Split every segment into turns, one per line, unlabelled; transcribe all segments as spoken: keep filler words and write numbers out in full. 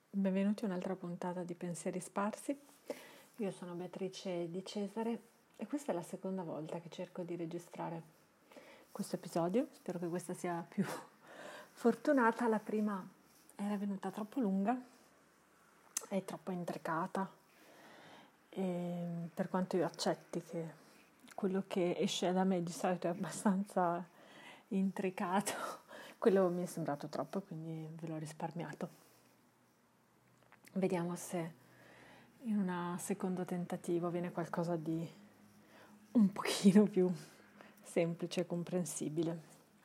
Benvenuti a un'altra puntata di Pensieri Sparsi. Io sono Beatrice Di Cesare e questa è la seconda volta che cerco di registrare questo episodio. Spero che questa sia più fortunata. La prima era venuta troppo lunga e troppo intricata, e per quanto io accetti che quello che esce da me di solito è abbastanza intricato, quello mi è sembrato troppo, quindi ve l'ho risparmiato. Vediamo se in un secondo tentativo viene qualcosa di un pochino più semplice e comprensibile.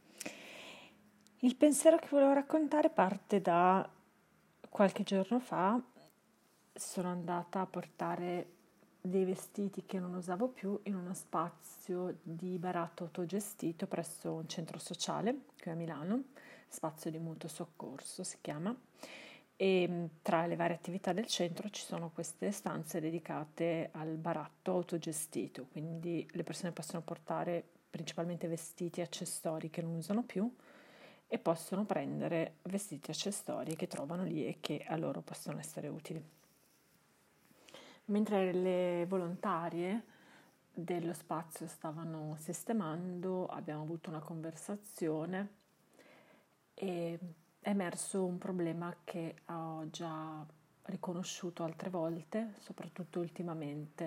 Il pensiero che volevo raccontare parte da qualche giorno fa. Sono andata a portare dei vestiti che non usavo più in uno spazio di baratto autogestito presso un centro sociale qui a Milano, spazio di mutuo soccorso si chiama. E tra le varie attività del centro ci sono queste stanze dedicate al baratto autogestito, quindi le persone possono portare principalmente vestiti e accessori che non usano più e possono prendere vestiti e accessori che trovano lì e che a loro possono essere utili. Mentre le volontarie dello spazio stavano sistemando, abbiamo avuto una conversazione e è emerso un problema che ho già riconosciuto altre volte, soprattutto ultimamente,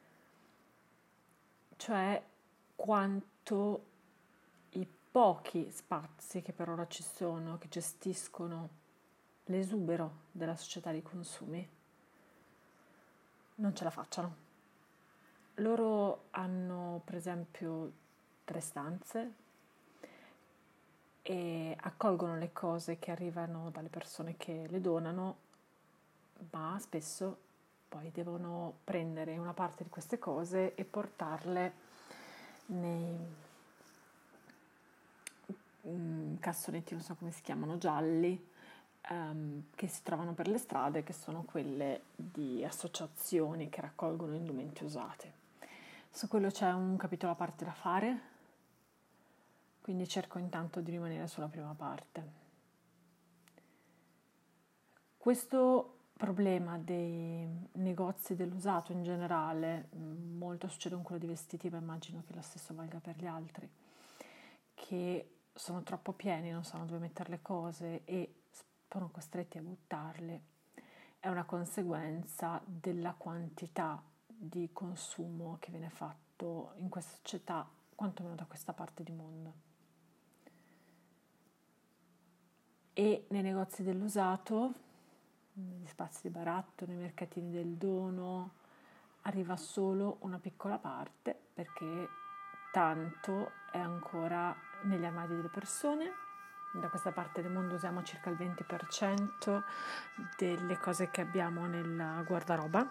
cioè quanto i pochi spazi che per ora ci sono, che gestiscono l'esubero della società dei consumi, non ce la facciano. Loro hanno per esempio tre stanze e accolgono le cose che arrivano dalle persone che le donano, ma spesso poi devono prendere una parte di queste cose e portarle nei mm, cassonetti, non so come si chiamano, gialli, um, che si trovano per le strade, che sono quelle di associazioni che raccolgono indumenti usati. Su quello c'è un capitolo a parte da fare, quindi cerco intanto di rimanere sulla prima parte. Questo problema dei negozi dell'usato in generale, molto succede con quello di vestiti, ma immagino che lo stesso valga per gli altri, che sono troppo pieni, non sanno dove mettere le cose e sono costretti a buttarle, è una conseguenza della quantità di consumo che viene fatto in questa società, quantomeno da questa parte di mondo. E nei negozi dell'usato, negli spazi di baratto, nei mercatini del dono, arriva solo una piccola parte perché tanto è ancora negli armadi delle persone. Da questa parte del mondo usiamo circa il venti per cento delle cose che abbiamo nel guardaroba,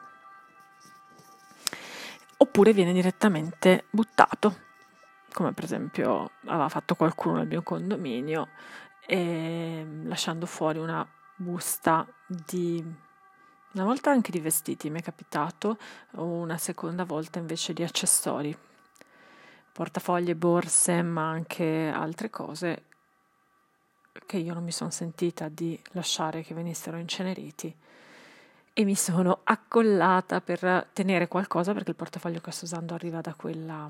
oppure viene direttamente buttato, come per esempio aveva fatto qualcuno nel mio condominio, e lasciando fuori una busta di, una volta anche di vestiti mi è capitato, una seconda volta invece di accessori, portafogli, borse, ma anche altre cose che io non mi sono sentita di lasciare che venissero inceneriti, e mi sono accollata per tenere qualcosa perché il portafoglio che sto usando arriva da quella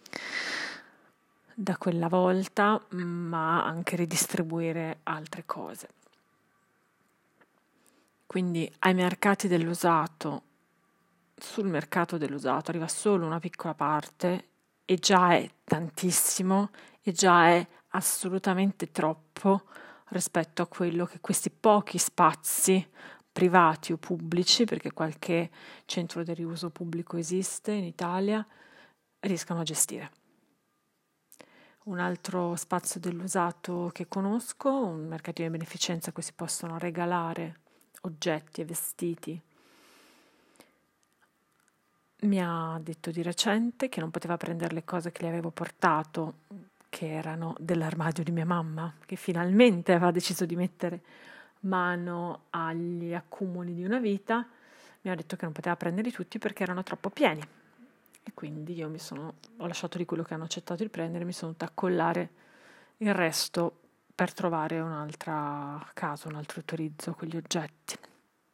da quella volta, ma anche ridistribuire altre cose. Quindi ai mercati dell'usato, sul mercato dell'usato arriva solo una piccola parte e già è tantissimo e già è assolutamente troppo rispetto a quello che questi pochi spazi privati o pubblici, perché qualche centro di riuso pubblico esiste in Italia, riescano a gestire. Un altro spazio dell'usato che conosco, un mercatino di beneficenza in cui si possono regalare oggetti e vestiti, mi ha detto di recente che non poteva prendere le cose che le avevo portato, che erano dell'armadio di mia mamma, che finalmente aveva deciso di mettere mano agli accumuli di una vita. Mi ha detto che non poteva prenderli tutti perché erano troppo pieni. E quindi io mi sono, ho lasciato di quello che hanno accettato di prendere, mi sono dovuta accollare il resto per trovare un'altra casa, un altro utilizzo a quegli oggetti.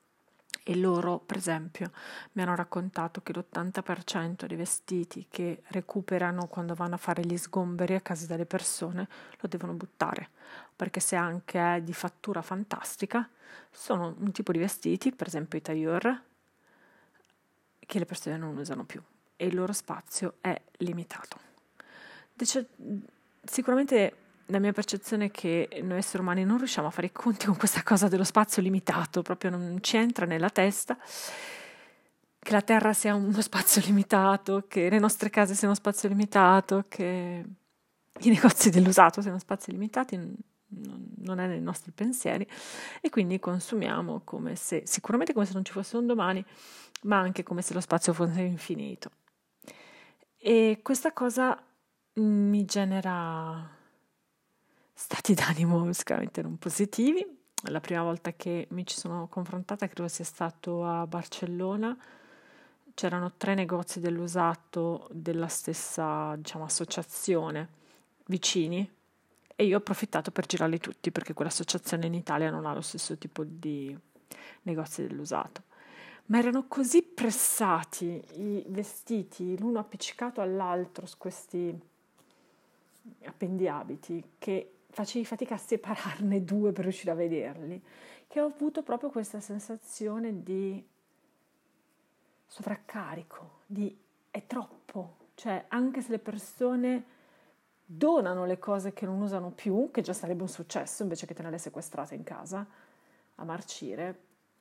E loro, per esempio, mi hanno raccontato che l'ottanta per cento dei vestiti che recuperano quando vanno a fare gli sgomberi a casa delle persone lo devono buttare, perché se anche è di fattura fantastica, sono un tipo di vestiti, per esempio i tailleur, che le persone non usano più e il loro spazio è limitato. Dice, sicuramente la mia percezione è che noi esseri umani non riusciamo a fare i conti con questa cosa dello spazio limitato, proprio non ci entra nella testa che la Terra sia uno spazio limitato, che le nostre case siano spazio limitato, che i negozi dell'usato siano spazi limitati, non è nei nostri pensieri, e quindi consumiamo come se, sicuramente come se non ci fosse un domani, ma anche come se lo spazio fosse infinito. E questa cosa mi genera stati d'animo sicuramente non positivi. La prima volta che mi ci sono confrontata credo sia stato a Barcellona. C'erano tre negozi dell'usato della stessa, diciamo, associazione vicini e io ho approfittato per girarli tutti perché quell'associazione in Italia non ha lo stesso tipo di negozi dell'usato. Ma erano così pressati i vestiti l'uno appiccicato all'altro su questi appendiabiti che facevi fatica a separarne due per riuscire a vederli, che ho avuto proprio questa sensazione di sovraccarico, di è troppo, cioè anche se le persone donano le cose che non usano più, che già sarebbe un successo invece che tenerle sequestrate in casa a marcire,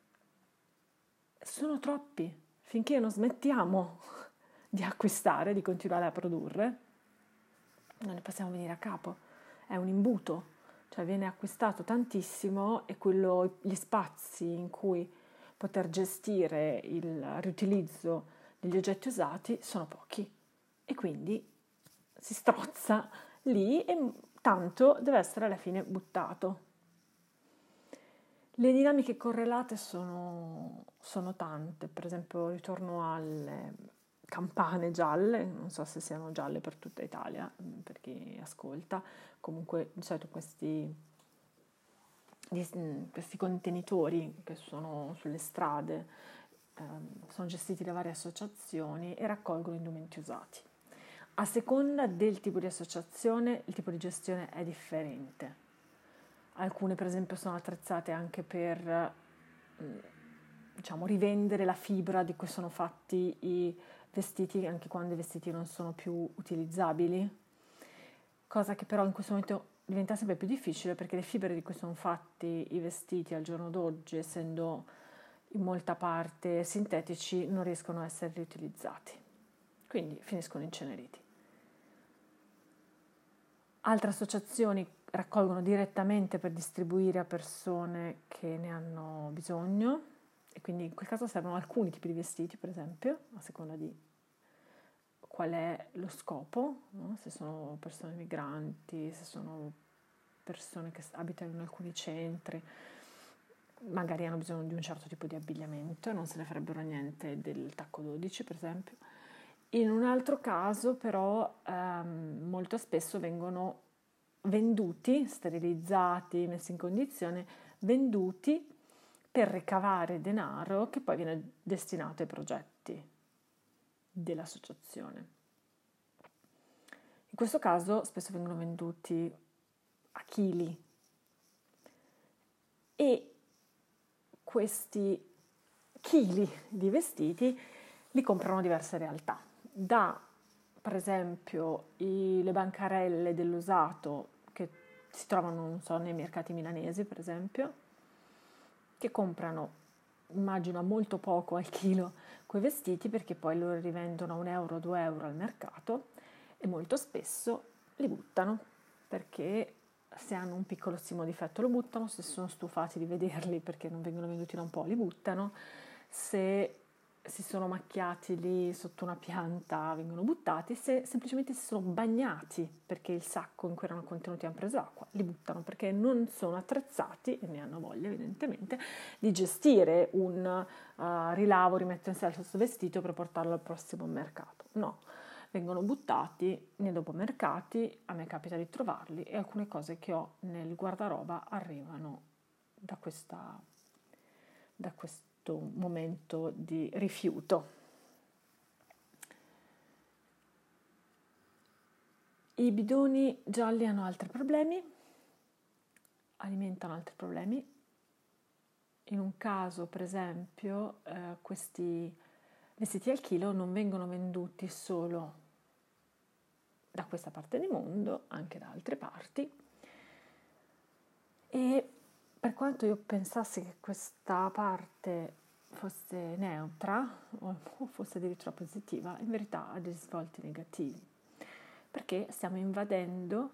sono troppi, finché non smettiamo di acquistare, di continuare a produrre, non ne possiamo venire a capo, è un imbuto, cioè viene acquistato tantissimo e quello, gli spazi in cui poter gestire il riutilizzo degli oggetti usati sono pochi e quindi si strozza lì e tanto deve essere alla fine buttato. Le dinamiche correlate sono, sono tante, per esempio ritorno alle campane gialle, non so se siano gialle per tutta Italia, per chi ascolta, comunque di solito questi, questi contenitori che sono sulle strade eh, sono gestiti da varie associazioni e raccolgono indumenti usati. A seconda del tipo di associazione il tipo di gestione è differente. Alcune per esempio sono attrezzate anche per diciamo rivendere la fibra di cui sono fatti i vestiti anche quando i vestiti non sono più utilizzabili, cosa che però in questo momento diventa sempre più difficile perché le fibre di cui sono fatti i vestiti al giorno d'oggi, essendo in molta parte sintetici, non riescono a essere riutilizzati, quindi finiscono inceneriti. Altre associazioni raccolgono direttamente per distribuire a persone che ne hanno bisogno e quindi in quel caso servono alcuni tipi di vestiti, per esempio, a seconda di qual è lo scopo, no? Se sono persone migranti, se sono persone che abitano in alcuni centri, magari hanno bisogno di un certo tipo di abbigliamento e non se ne farebbero niente del tacco dodici, per esempio. In un altro caso però ehm, molto spesso vengono venduti, sterilizzati, messi in condizione, venduti per ricavare denaro che poi viene destinato ai progetti dell'associazione. In questo caso spesso vengono venduti a chili e questi chili di vestiti li comprano diverse realtà. Da per esempio i, le bancarelle dell'usato che si trovano, non so, nei mercati milanesi per esempio, che comprano, immagino, molto poco al chilo quei vestiti perché poi loro rivendono a un euro, due euro al mercato e molto spesso li buttano perché se hanno un piccolissimo difetto lo buttano, se sono stufati di vederli perché non vengono venduti da un po' li buttano, se si sono macchiati lì sotto una pianta vengono buttati, se semplicemente si sono bagnati perché il sacco in cui erano contenuti hanno preso acqua, li buttano perché non sono attrezzati e ne hanno voglia evidentemente di gestire un uh, rilavo, rimettere in questo vestito per portarlo al prossimo mercato. No, vengono buttati nei dopomercati, a me capita di trovarli e alcune cose che ho nel guardaroba arrivano da questa da questo tutto un momento di rifiuto. I bidoni gialli hanno altri problemi, alimentano altri problemi. In un caso, per esempio, eh, questi vestiti al chilo non vengono venduti solo da questa parte del mondo, anche da altre parti. E per quanto io pensassi che questa parte fosse neutra o fosse addirittura positiva, in verità ha dei risvolti negativi, perché stiamo invadendo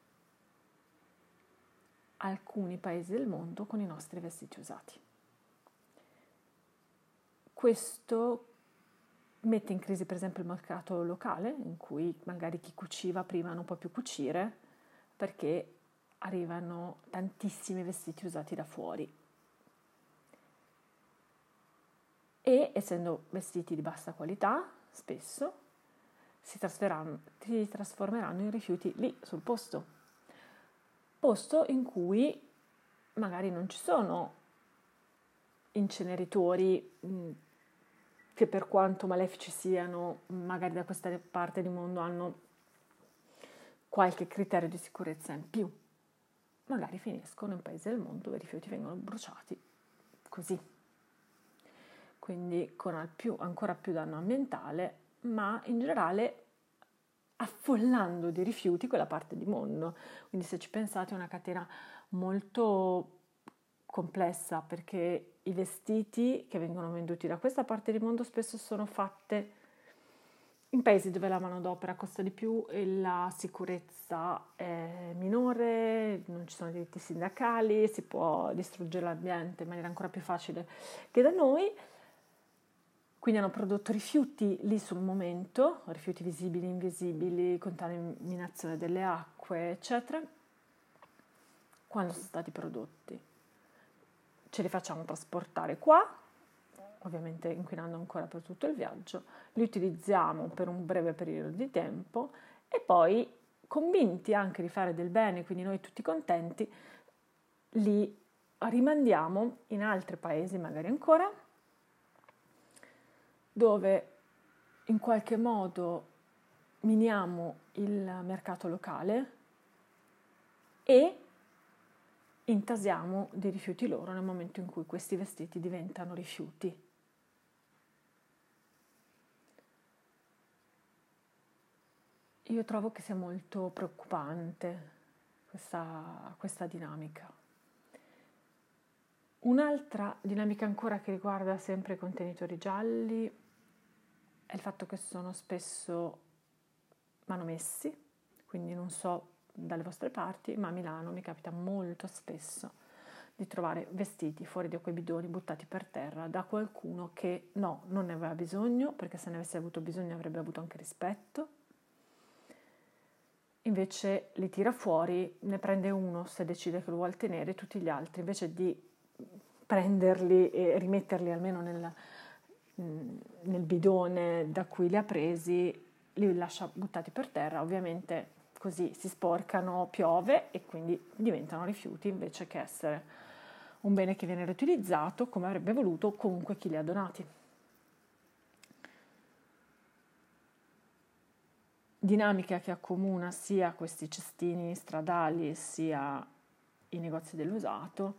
alcuni paesi del mondo con i nostri vestiti usati. Questo mette in crisi per esempio il mercato locale, in cui magari chi cuciva prima non può più cucire perché arrivano tantissimi vestiti usati da fuori. E essendo vestiti di bassa qualità, spesso si trasformeranno, si trasformeranno in rifiuti lì sul posto. Posto in cui magari non ci sono inceneritori mh, che per quanto malefici siano, magari da questa parte del mondo hanno qualche criterio di sicurezza in più. Magari finiscono in paesi del mondo dove i rifiuti vengono bruciati così. Quindi con più, ancora più danno ambientale, ma in generale affollando di rifiuti quella parte di mondo. Quindi se ci pensate è una catena molto complessa, perché i vestiti che vengono venduti da questa parte del mondo spesso sono fatte in paesi dove la manodopera costa di più e la sicurezza è minore, non ci sono diritti sindacali, si può distruggere l'ambiente in maniera ancora più facile che da noi. Quindi hanno prodotto rifiuti lì sul momento, rifiuti visibili, invisibili, contaminazione delle acque, eccetera, quando sono stati prodotti. Ce li facciamo trasportare qua, ovviamente inquinando ancora per tutto il viaggio, li utilizziamo per un breve periodo di tempo e poi, convinti anche di fare del bene, quindi noi tutti contenti, li rimandiamo in altri paesi magari ancora, dove in qualche modo miniamo il mercato locale e intasiamo dei rifiuti loro nel momento in cui questi vestiti diventano rifiuti. Io trovo che sia molto preoccupante questa, questa dinamica. Un'altra dinamica ancora che riguarda sempre i contenitori gialli è il fatto che sono spesso manomessi, quindi non so dalle vostre parti, ma a Milano mi capita molto spesso di trovare vestiti fuori da quei bidoni buttati per terra da qualcuno che no, non ne aveva bisogno, perché se ne avesse avuto bisogno avrebbe avuto anche rispetto. Invece li tira fuori, ne prende uno se decide che lo vuole tenere, tutti gli altri invece di prenderli e rimetterli almeno nel, nel bidone da cui li ha presi, li lascia buttati per terra, ovviamente così si sporcano, piove e quindi diventano rifiuti invece che essere un bene che viene riutilizzato come avrebbe voluto comunque chi li ha donati. Dinamica che accomuna sia questi cestini stradali sia i negozi dell'usato,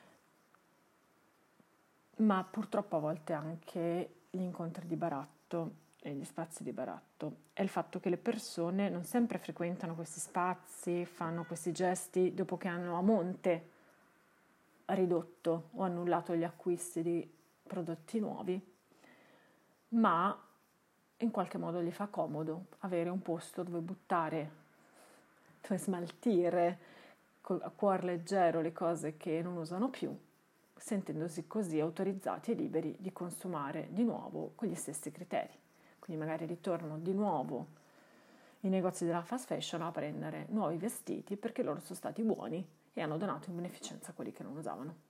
ma purtroppo a volte anche gli incontri di baratto e gli spazi di baratto. È il fatto che le persone non sempre frequentano questi spazi, fanno questi gesti dopo che hanno a monte ridotto o annullato gli acquisti di prodotti nuovi, ma in qualche modo gli fa comodo avere un posto dove buttare, dove smaltire a cuor leggero le cose che non usano più, sentendosi così autorizzati e liberi di consumare di nuovo con gli stessi criteri. Quindi magari ritornano di nuovo i negozi della fast fashion a prendere nuovi vestiti perché loro sono stati buoni e hanno donato in beneficenza quelli che non usavano.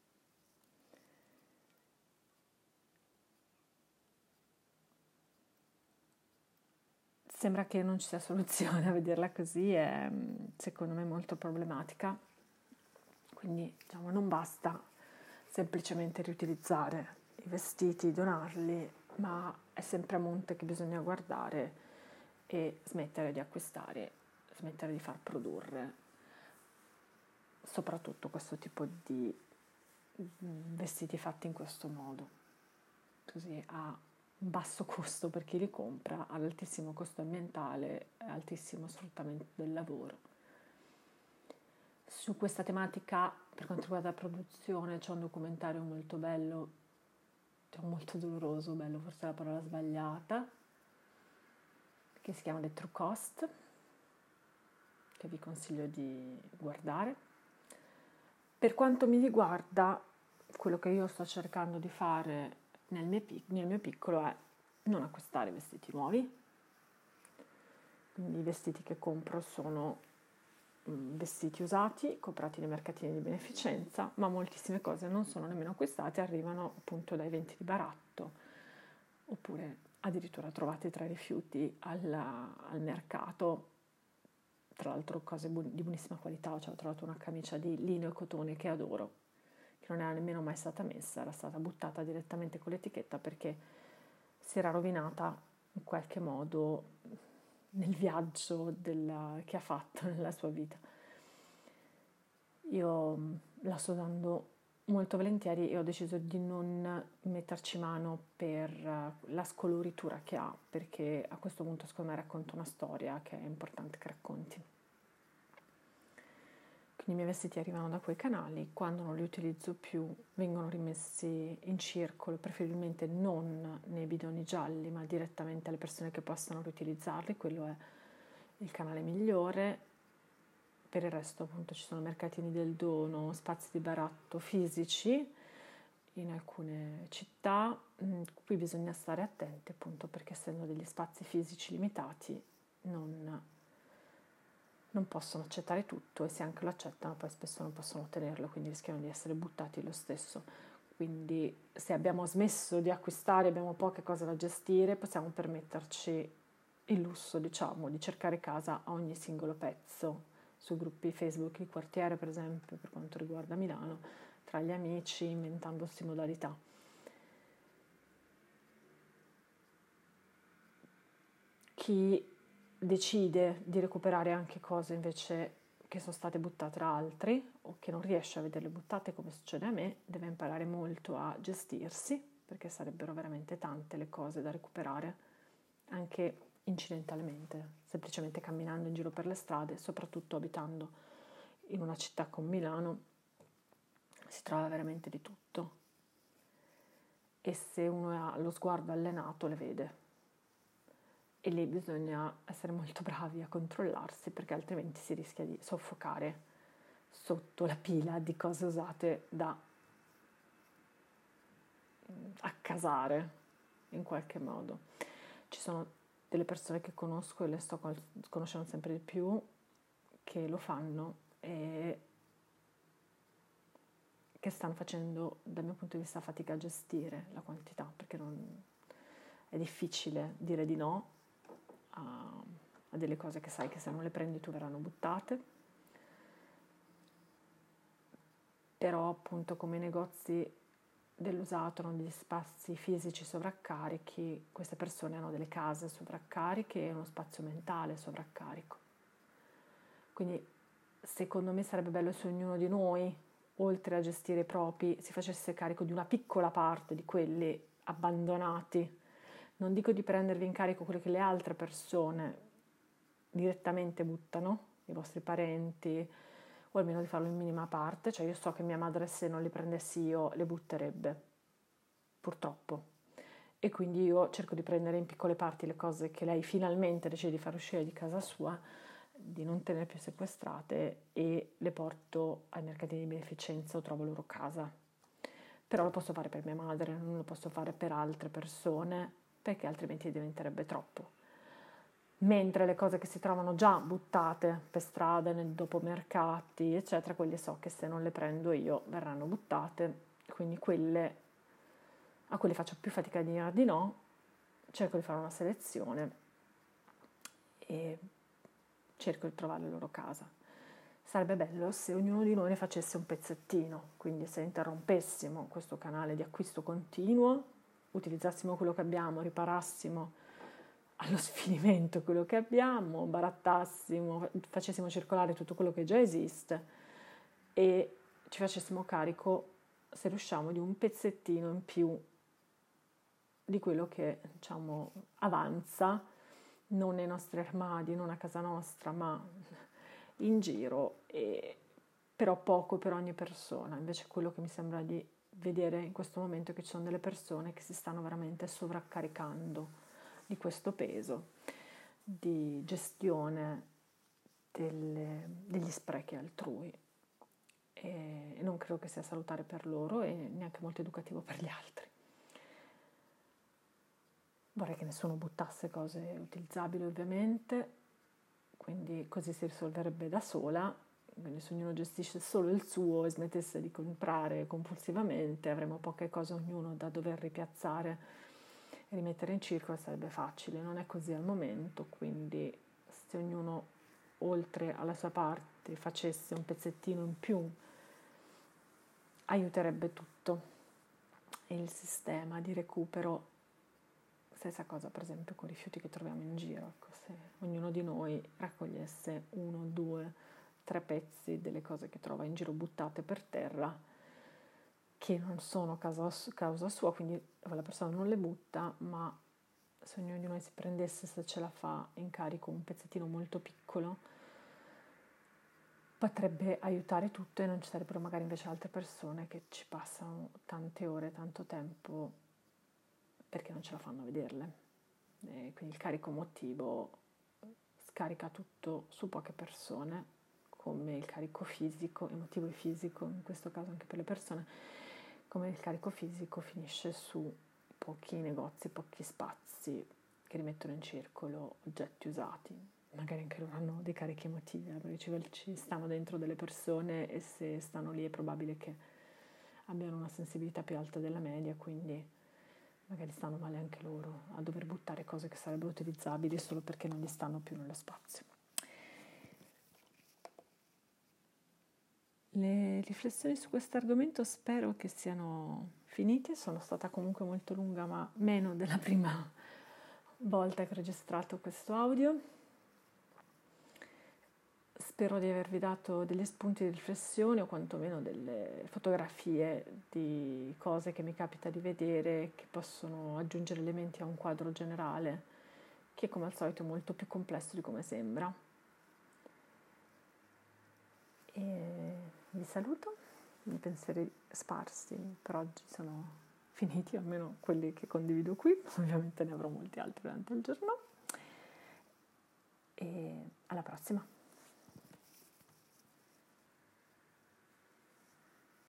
Sembra che non ci sia soluzione, a vederla così è secondo me molto problematica, quindi diciamo non basta semplicemente riutilizzare i vestiti, donarli, ma è sempre a monte che bisogna guardare e smettere di acquistare, smettere di far produrre, soprattutto questo tipo di vestiti fatti in questo modo, così a basso costo per chi li compra, all'altissimo costo ambientale e altissimo sfruttamento del lavoro. Su questa tematica, per quanto riguarda la produzione, c'è un documentario molto bello, cioè molto doloroso, bello forse è la parola sbagliata, che si chiama The True Cost, che vi consiglio di guardare. Per quanto mi riguarda, quello che io sto cercando di fare nel mio, nel mio piccolo è non acquistare vestiti nuovi, quindi i vestiti che compro sono vestiti usati, comprati nei mercatini di beneficenza, ma moltissime cose non sono nemmeno acquistate, arrivano appunto dai venti di baratto, oppure addirittura trovate tra i rifiuti alla, al mercato, tra l'altro cose bu- di buonissima qualità. Cioè, ho trovato una camicia di lino e cotone che adoro, che non era nemmeno mai stata messa, era stata buttata direttamente con l'etichetta perché si era rovinata in qualche modo nel viaggio della, che ha fatto nella sua vita. Io la sto usando molto volentieri e ho deciso di non metterci mano per la scoloritura che ha, perché a questo punto secondo me racconta una storia che è importante che racconti. Quindi i miei vestiti arrivano da quei canali, quando non li utilizzo più vengono rimessi in circolo, preferibilmente non nei bidoni gialli, ma direttamente alle persone che possano riutilizzarli. Quello è il canale migliore. Per il resto appunto ci sono mercatini del dono, spazi di baratto fisici in alcune città. Qui bisogna stare attenti appunto perché essendo degli spazi fisici limitati non... non possono accettare tutto, e se anche lo accettano poi spesso non possono ottenerlo, quindi rischiano di essere buttati lo stesso. Quindi se abbiamo smesso di acquistare, abbiamo poche cose da gestire, possiamo permetterci il lusso, diciamo, di cercare casa a ogni singolo pezzo, sui gruppi Facebook di quartiere per esempio, per quanto riguarda Milano, tra gli amici, inventandosi modalità. Chi decide di recuperare anche cose invece che sono state buttate da altri o che non riesce a vederle buttate come succede a me, deve imparare molto a gestirsi, perché sarebbero veramente tante le cose da recuperare, anche incidentalmente, semplicemente camminando in giro per le strade, soprattutto abitando in una città come Milano, si trova veramente di tutto. E se uno ha lo sguardo allenato le vede. E lì bisogna essere molto bravi a controllarsi, perché altrimenti si rischia di soffocare sotto la pila di cose usate da accasare in qualche modo. Ci sono delle persone che conosco e le sto conoscendo sempre di più che lo fanno e che stanno facendo dal mio punto di vista fatica a gestire la quantità, perché non, è difficile dire di no a, a delle cose che sai che se non le prendi tu verranno buttate. Però appunto come negozi dell'usato hanno degli spazi fisici sovraccarichi, queste persone hanno delle case sovraccariche e uno spazio mentale sovraccarico. Quindi secondo me sarebbe bello se ognuno di noi, oltre a gestire i propri, si facesse carico di una piccola parte di quelli abbandonati. Non dico di prendervi in carico quello che le altre persone direttamente buttano, i vostri parenti, o almeno di farlo in minima parte. Cioè io so che mia madre, se non li prendessi io, le butterebbe, purtroppo. E quindi io cerco di prendere in piccole parti le cose che lei finalmente decide di far uscire di casa sua, di non tenere più sequestrate, e le porto ai mercatini di beneficenza o trovo loro casa. Però lo posso fare per mia madre, non lo posso fare per altre persone, perché altrimenti diventerebbe troppo. Mentre le cose che si trovano già buttate per strada, nei dopomercati, eccetera, quelle so che se non le prendo io verranno buttate, quindi quelle a quelle faccio più fatica a dire di no, cerco di fare una selezione e cerco di trovare la loro casa. sarebbe bello se ognuno di noi ne facesse un pezzettino, quindi se interrompessimo questo canale di acquisto continuo, utilizzassimo quello che abbiamo, riparassimo allo sfinimento quello che abbiamo, barattassimo, facessimo circolare tutto quello che già esiste e ci facessimo carico, se riusciamo, di un pezzettino in più di quello che, diciamo, avanza, non nei nostri armadi, non a casa nostra, ma in giro, e però poco per ogni persona. Invece quello che mi sembra di vedere in questo momento è che ci sono delle persone che si stanno veramente sovraccaricando di questo peso di gestione delle, degli sprechi altrui, e non credo che sia salutare per loro e neanche molto educativo per gli altri. Vorrei che nessuno buttasse cose utilizzabili, ovviamente, quindi così si risolverebbe da sola. Quindi se ognuno gestisce solo il suo e smettesse di comprare compulsivamente, avremo poche cose ognuno da dover ripiazzare e rimettere in circolo, sarebbe facile. Non è così al momento, quindi se ognuno oltre alla sua parte facesse un pezzettino in più, aiuterebbe tutto e il sistema di recupero. Stessa cosa per esempio con i rifiuti che troviamo in giro, ecco, se ognuno di noi raccogliesse uno, due, tre pezzi delle cose che trova in giro buttate per terra, che non sono causa, causa sua, quindi quella persona non le butta, ma se ognuno di noi si prendesse, se ce la fa, in carico un pezzettino molto piccolo, potrebbe aiutare tutto e non ci sarebbero magari invece altre persone che ci passano tante ore, tanto tempo, perché non ce la fanno a vederle. E quindi il carico emotivo scarica tutto su poche persone, come il carico fisico, emotivo e fisico, in questo caso anche per le persone, come il carico fisico finisce su pochi negozi, pochi spazi che rimettono in circolo oggetti usati. Magari anche loro hanno dei carichi emotivi, perché ci stanno dentro delle persone e se stanno lì è probabile che abbiano una sensibilità più alta della media, quindi magari stanno male anche loro a dover buttare cose che sarebbero utilizzabili solo perché non gli stanno più nello spazio. Le riflessioni su questo argomento spero che siano finite, sono stata comunque molto lunga, ma meno della prima volta che ho registrato questo audio. Spero di avervi dato degli spunti di riflessione o quantomeno delle fotografie di cose che mi capita di vedere che possono aggiungere elementi a un quadro generale che come al solito è molto più complesso di come sembra. E vi saluto, i pensieri sparsi per oggi sono finiti, almeno quelli che condivido qui, ovviamente ne avrò molti altri durante il giorno e alla prossima.